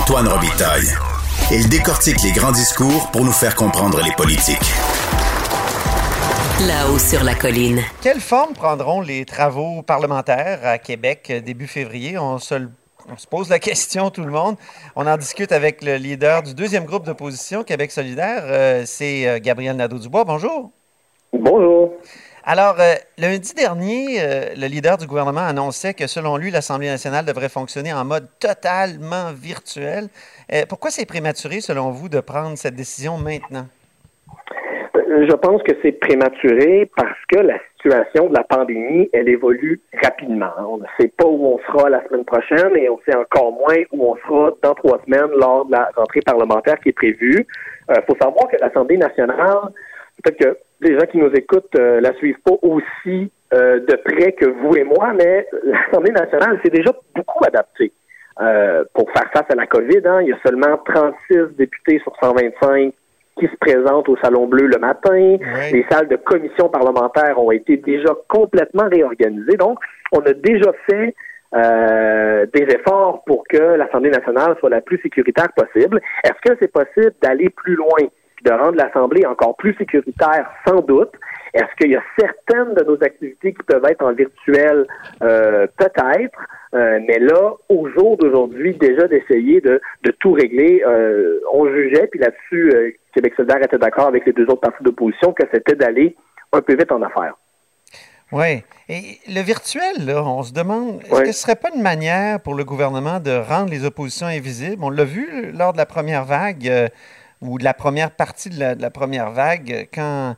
Antoine Robitaille. Il décortique les grands discours pour nous faire comprendre les politiques. Là-haut sur la colline. Quelle forme prendront les travaux parlementaires à Québec début février? On se pose la question, tout le monde. On en discute avec le leader du deuxième groupe d'opposition, Québec solidaire. C'est Gabriel Nadeau-Dubois. Bonjour. Bonjour. Alors, lundi dernier, le leader du gouvernement annonçait que, selon lui, l'Assemblée nationale devrait fonctionner en mode totalement virtuel. Pourquoi c'est prématuré, selon vous, de prendre cette décision maintenant? Je pense que c'est prématuré parce que la situation de la pandémie, elle évolue rapidement. On ne sait pas où on sera la semaine prochaine et on sait encore moins où on sera dans 3 semaines lors de la rentrée parlementaire qui est prévue. Faut savoir que l'Assemblée nationale, peut-être que les gens qui nous écoutent la suivent pas aussi de près que vous et moi, mais l'Assemblée nationale s'est déjà beaucoup adaptée pour faire face à la COVID. Il y a seulement 36 députés sur 125 qui se présentent au Salon Bleu le matin. Oui. Les salles de commission parlementaire ont été déjà complètement réorganisées. Donc, on a déjà fait des efforts pour que l'Assemblée nationale soit la plus sécuritaire possible. Est-ce que c'est possible d'aller plus loin, de rendre l'Assemblée encore plus sécuritaire? Sans doute. Est-ce qu'il y a certaines de nos activités qui peuvent être en virtuel? Peut-être. Mais là, au jour d'aujourd'hui, déjà d'essayer de tout régler, on jugeait, puis là-dessus, Québec solidaire était d'accord avec les deux autres partis d'opposition, que c'était d'aller un peu vite en affaires. Oui. Et le virtuel, là, on se demande, est-ce que ce serait pas une manière pour le gouvernement de rendre les oppositions invisibles? On l'a vu lors de la première vague, ou de la première partie de la première vague, quand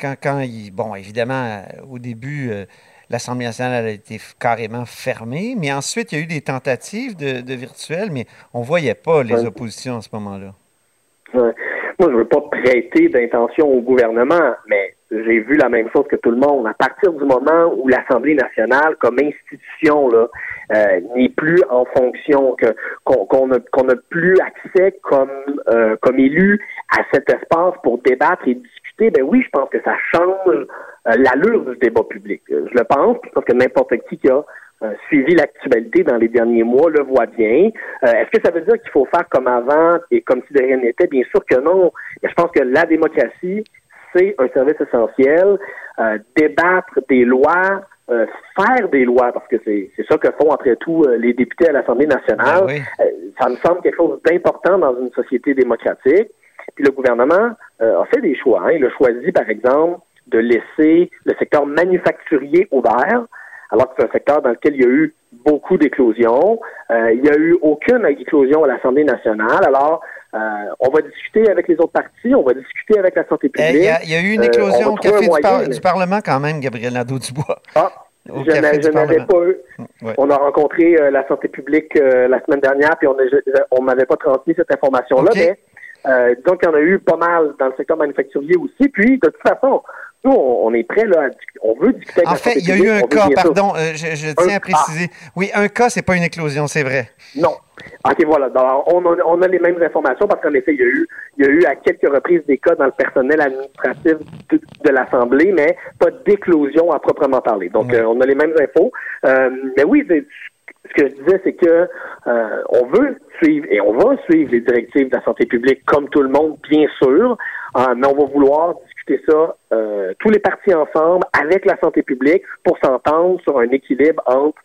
bon, évidemment, au début, l'Assemblée nationale a été carrément fermée, mais ensuite, il y a eu des tentatives de virtuel, mais on ne voyait pas les oppositions à ce moment-là. Ouais. Moi, je ne veux pas prêter d'intention au gouvernement, mais j'ai vu la même chose que tout le monde. À partir du moment où l'Assemblée nationale, comme institution, là, n'est plus en fonction, qu'on n'a plus accès comme élu à cet espace pour débattre et discuter, ben oui, je pense que ça change l'allure du débat public. Je le pense, parce que n'importe qui a suivi l'actualité dans les derniers mois le voit bien. Est-ce que ça veut dire qu'il faut faire comme avant et comme si de rien n'était? Bien sûr que non. Mais je pense que la démocratie, c'est un service essentiel. Débattre des lois, faire des lois, parce que c'est ça que font après tout les députés à l'Assemblée nationale. Oui. Ça me semble quelque chose d'important dans une société démocratique. Puis le gouvernement a fait des choix. Il a choisi, par exemple, de laisser le secteur manufacturier ouvert, alors que c'est un secteur dans lequel il y a eu beaucoup d'éclosions. Il n'y a eu aucune éclosion à l'Assemblée nationale. Alors, on va discuter avec les autres partis, on va discuter avec la santé publique. Il y a eu une éclosion au Café du Parlement quand même, Gabriel Nadeau-Dubois. Je n'avais pas eu. Ouais. On a rencontré la santé publique la semaine dernière, puis on m'avait pas transmis cette information-là, mais donc il y en a eu pas mal dans le secteur manufacturier aussi. Puis, de toute façon, nous, on est prêts, là, on veut discuter avec la santé publique. En fait, il y a eu un cas, pardon, je tiens à préciser. Oui, un cas, c'est pas une éclosion, c'est vrai. Non. OK, voilà. Alors, on a les mêmes informations parce qu'en effet, il y a eu à quelques reprises des cas dans le personnel administratif de l'Assemblée, mais pas d'éclosion à proprement parler. Donc, on a les mêmes infos. Mais oui, ce que je disais, c'est que on veut suivre et on va suivre les directives de la santé publique comme tout le monde, bien sûr, mais on va vouloir discuter ça tous les partis ensemble avec la santé publique pour s'entendre sur un équilibre entre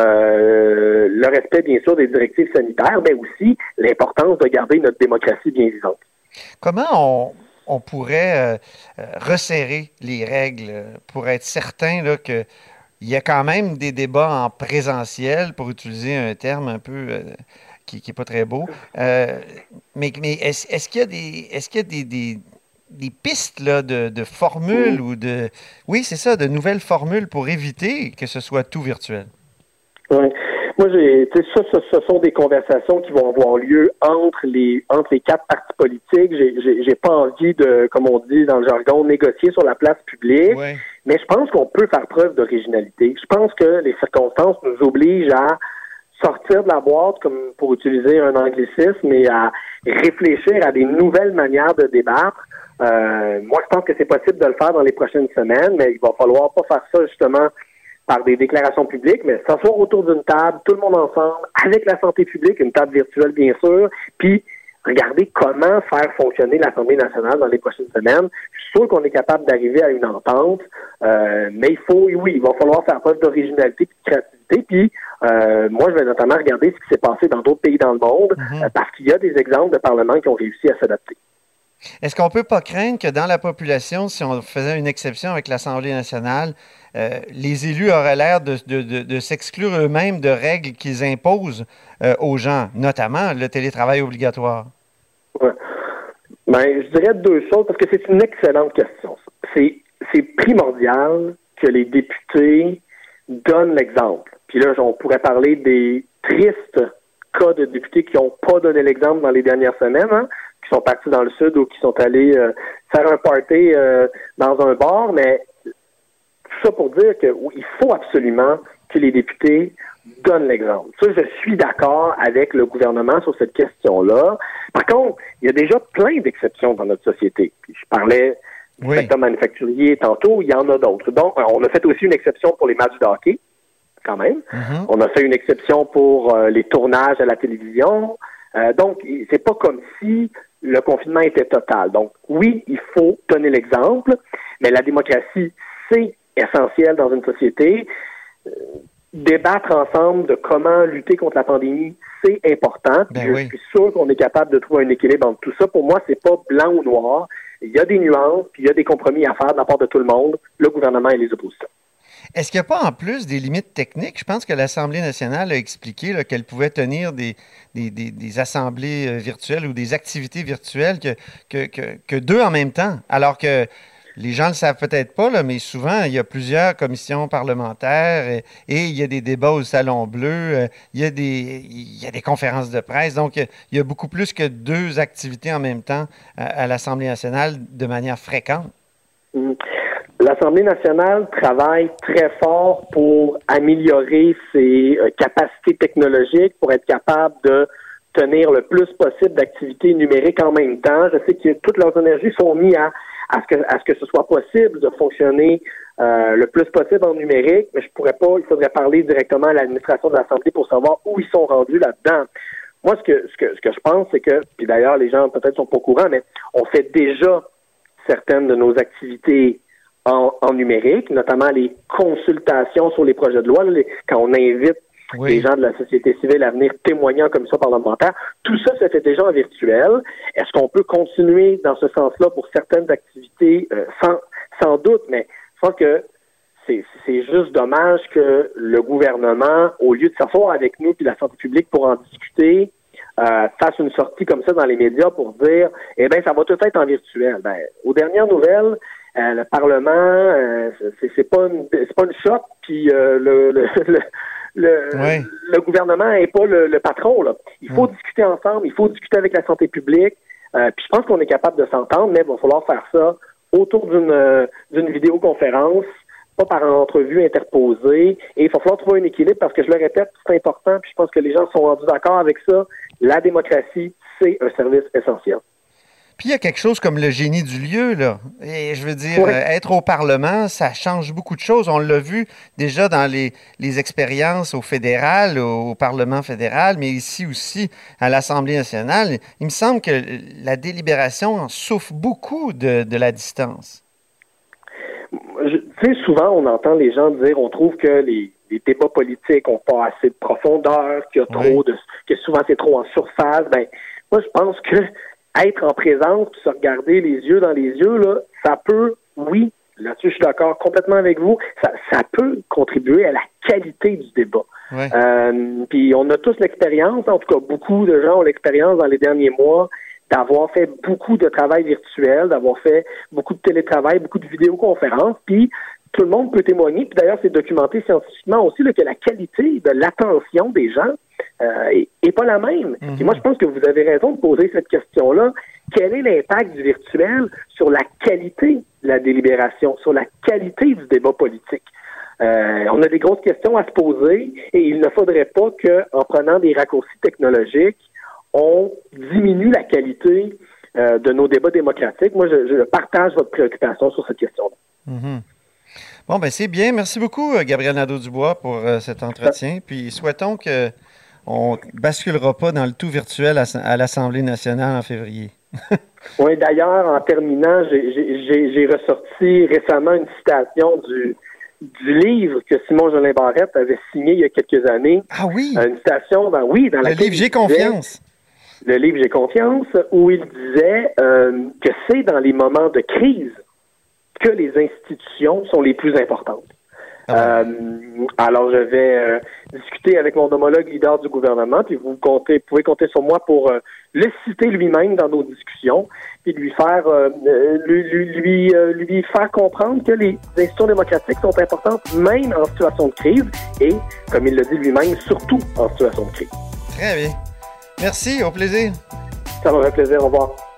le respect, bien sûr, des directives sanitaires, mais aussi l'importance de garder notre démocratie bien vivante. Comment on pourrait resserrer les règles pour être certain là, que il y a quand même des débats en présentiel, pour utiliser un terme un peu qui n'est pas très beau. Mais est-ce qu'il y a des pistes là, de formules ou de... Oui, c'est ça, de nouvelles formules pour éviter que ce soit tout virtuel? Oui. Moi, ce sont des conversations qui vont avoir lieu entre les 4 partis politiques. J'ai pas envie de, comme on dit dans le jargon, négocier sur la place publique. Ouais. Mais je pense qu'on peut faire preuve d'originalité. Je pense que les circonstances nous obligent à sortir de la boîte, comme pour utiliser un anglicisme, et à réfléchir à des nouvelles manières de débattre. Moi, je pense que c'est possible de le faire dans les prochaines semaines, mais il va falloir pas faire ça justement par des déclarations publiques, mais s'asseoir autour d'une table, tout le monde ensemble, avec la santé publique, une table virtuelle bien sûr, puis regarder comment faire fonctionner l'Assemblée nationale dans les prochaines semaines. Je suis sûr qu'on est capable d'arriver à une entente, mais il va falloir faire preuve d'originalité et de créativité. Puis, moi, je vais notamment regarder ce qui s'est passé dans d'autres pays dans le monde, parce qu'il y a des exemples de parlements qui ont réussi à s'adapter. Est-ce qu'on ne peut pas craindre que dans la population, si on faisait une exception avec l'Assemblée nationale, les élus auraient l'air de s'exclure eux-mêmes de règles qu'ils imposent aux gens, notamment le télétravail obligatoire? Ouais. Ben, je dirais deux choses, parce que c'est une excellente question. C'est primordial que les députés donnent l'exemple. Puis là, on pourrait parler des tristes cas de députés qui n'ont pas donné l'exemple dans les dernières semaines, qui sont partis dans le sud ou qui sont allés faire un party dans un bar, mais tout ça pour dire qu'il faut absolument que les députés donnent l'exemple. Ça, je suis d'accord avec le gouvernement sur cette question-là. Par contre, il y a déjà plein d'exceptions dans notre société. Puis je parlais du secteur manufacturier tantôt, il y en a d'autres. Donc, on a fait aussi une exception pour les matchs de hockey, quand même. On a fait une exception pour les tournages à la télévision. Donc, c'est pas comme si le confinement était total. Donc, oui, il faut donner l'exemple, mais la démocratie, c'est essentiel dans une société. Débattre ensemble de comment lutter contre la pandémie, c'est important. Je suis sûr qu'on est capable de trouver un équilibre entre tout ça. Pour moi, c'est pas blanc ou noir. Il y a des nuances, puis il y a des compromis à faire de la part de tout le monde, le gouvernement et les oppositions. Est-ce qu'il n'y a pas en plus des limites techniques? Je pense que l'Assemblée nationale a expliqué qu'elle pouvait tenir des assemblées virtuelles ou des activités virtuelles que deux en même temps, alors que les gens ne le savent peut-être pas, mais souvent, il y a plusieurs commissions parlementaires et il y a des débats au Salon Bleu, il y a des conférences de presse. Donc, il y a beaucoup plus que deux activités en même temps à l'Assemblée nationale de manière fréquente. L'Assemblée nationale travaille très fort pour améliorer ses capacités technologiques, pour être capable de tenir le plus possible d'activités numériques en même temps. Je sais que toutes leurs énergies sont mises à ce que ce soit possible de fonctionner le plus possible en numérique, mais il faudrait parler directement à l'administration de l'Assemblée pour savoir où ils sont rendus là-dedans. Moi, ce que je pense, c'est que, puis d'ailleurs, les gens peut-être sont pas au courant, mais on fait déjà certaines de nos activités en numérique, notamment les consultations sur les projets de loi, quand on invite les gens de la société civile à venir témoigner en commission parlementaire. Tout ça se fait déjà en virtuel. Est-ce qu'on peut continuer dans ce sens-là pour certaines activités? Sans doute, mais je pense que c'est juste dommage que le gouvernement, au lieu de s'asseoir avec nous puis la santé publique pour en discuter, fasse une sortie comme ça dans les médias pour dire ça va tout être en virtuel. Aux dernières nouvelles, le Parlement, c'est pas une shop, puis le gouvernement n'est pas le patron, là. Il faut discuter ensemble, il faut discuter avec la santé publique. Puis je pense qu'on est capable de s'entendre, mais il va falloir faire ça autour d'une vidéoconférence, pas par entrevue interposée. Et il va falloir trouver un équilibre parce que, je le répète, c'est important. Puis je pense que les gens sont rendus d'accord avec ça. La démocratie, c'est un service essentiel. Puis il y a quelque chose comme le génie du lieu, là. Et je veux dire, être au Parlement, ça change beaucoup de choses. On l'a vu déjà dans les expériences au fédéral, au Parlement fédéral, mais ici aussi à l'Assemblée nationale. Il me semble que la délibération en souffre beaucoup de la distance. Tu sais, souvent, on entend les gens dire, on trouve que les débats politiques n'ont pas assez de profondeur, qu'il y a trop que souvent c'est trop en surface. Moi, je pense que être en présence, puis se regarder les yeux dans les yeux, là, ça peut, là-dessus, je suis d'accord complètement avec vous, ça peut contribuer à la qualité du débat. Puis on a tous l'expérience, en tout cas, beaucoup de gens ont l'expérience dans les derniers mois d'avoir fait beaucoup de travail virtuel, d'avoir fait beaucoup de télétravail, beaucoup de vidéoconférences, puis tout le monde peut témoigner, puis d'ailleurs, c'est documenté scientifiquement aussi que la qualité de l'attention des gens est pas la même. Et moi, je pense que vous avez raison de poser cette question-là. Quel est l'impact du virtuel sur la qualité de la délibération, sur la qualité du débat politique? On a des grosses questions à se poser et il ne faudrait pas qu'en prenant des raccourcis technologiques, on diminue la qualité de nos débats démocratiques. Moi, je partage votre préoccupation sur cette question-là. Bon, ben c'est bien. Merci beaucoup, Gabriel Nadeau-Dubois, pour cet entretien. Puis souhaitons qu'on ne basculera pas dans le tout virtuel à l'Assemblée nationale en février. Oui, d'ailleurs, en terminant, j'ai ressorti récemment une citation du livre que Simon-Jolin Barrette avait signé il y a quelques années. Ah oui? Une citation, dans laquelle... Le livre J'ai confiance. Le livre J'ai confiance, où il disait que c'est dans les moments de crise que les institutions sont les plus importantes. Alors, je vais discuter avec mon homologue leader du gouvernement, puis vous pouvez compter sur moi pour le citer lui-même dans nos discussions, puis lui faire lui faire comprendre que les institutions démocratiques sont importantes, même en situation de crise, et, comme il le dit lui-même, surtout en situation de crise. Très bien. Merci, au plaisir. Ça m'a fait plaisir, au revoir.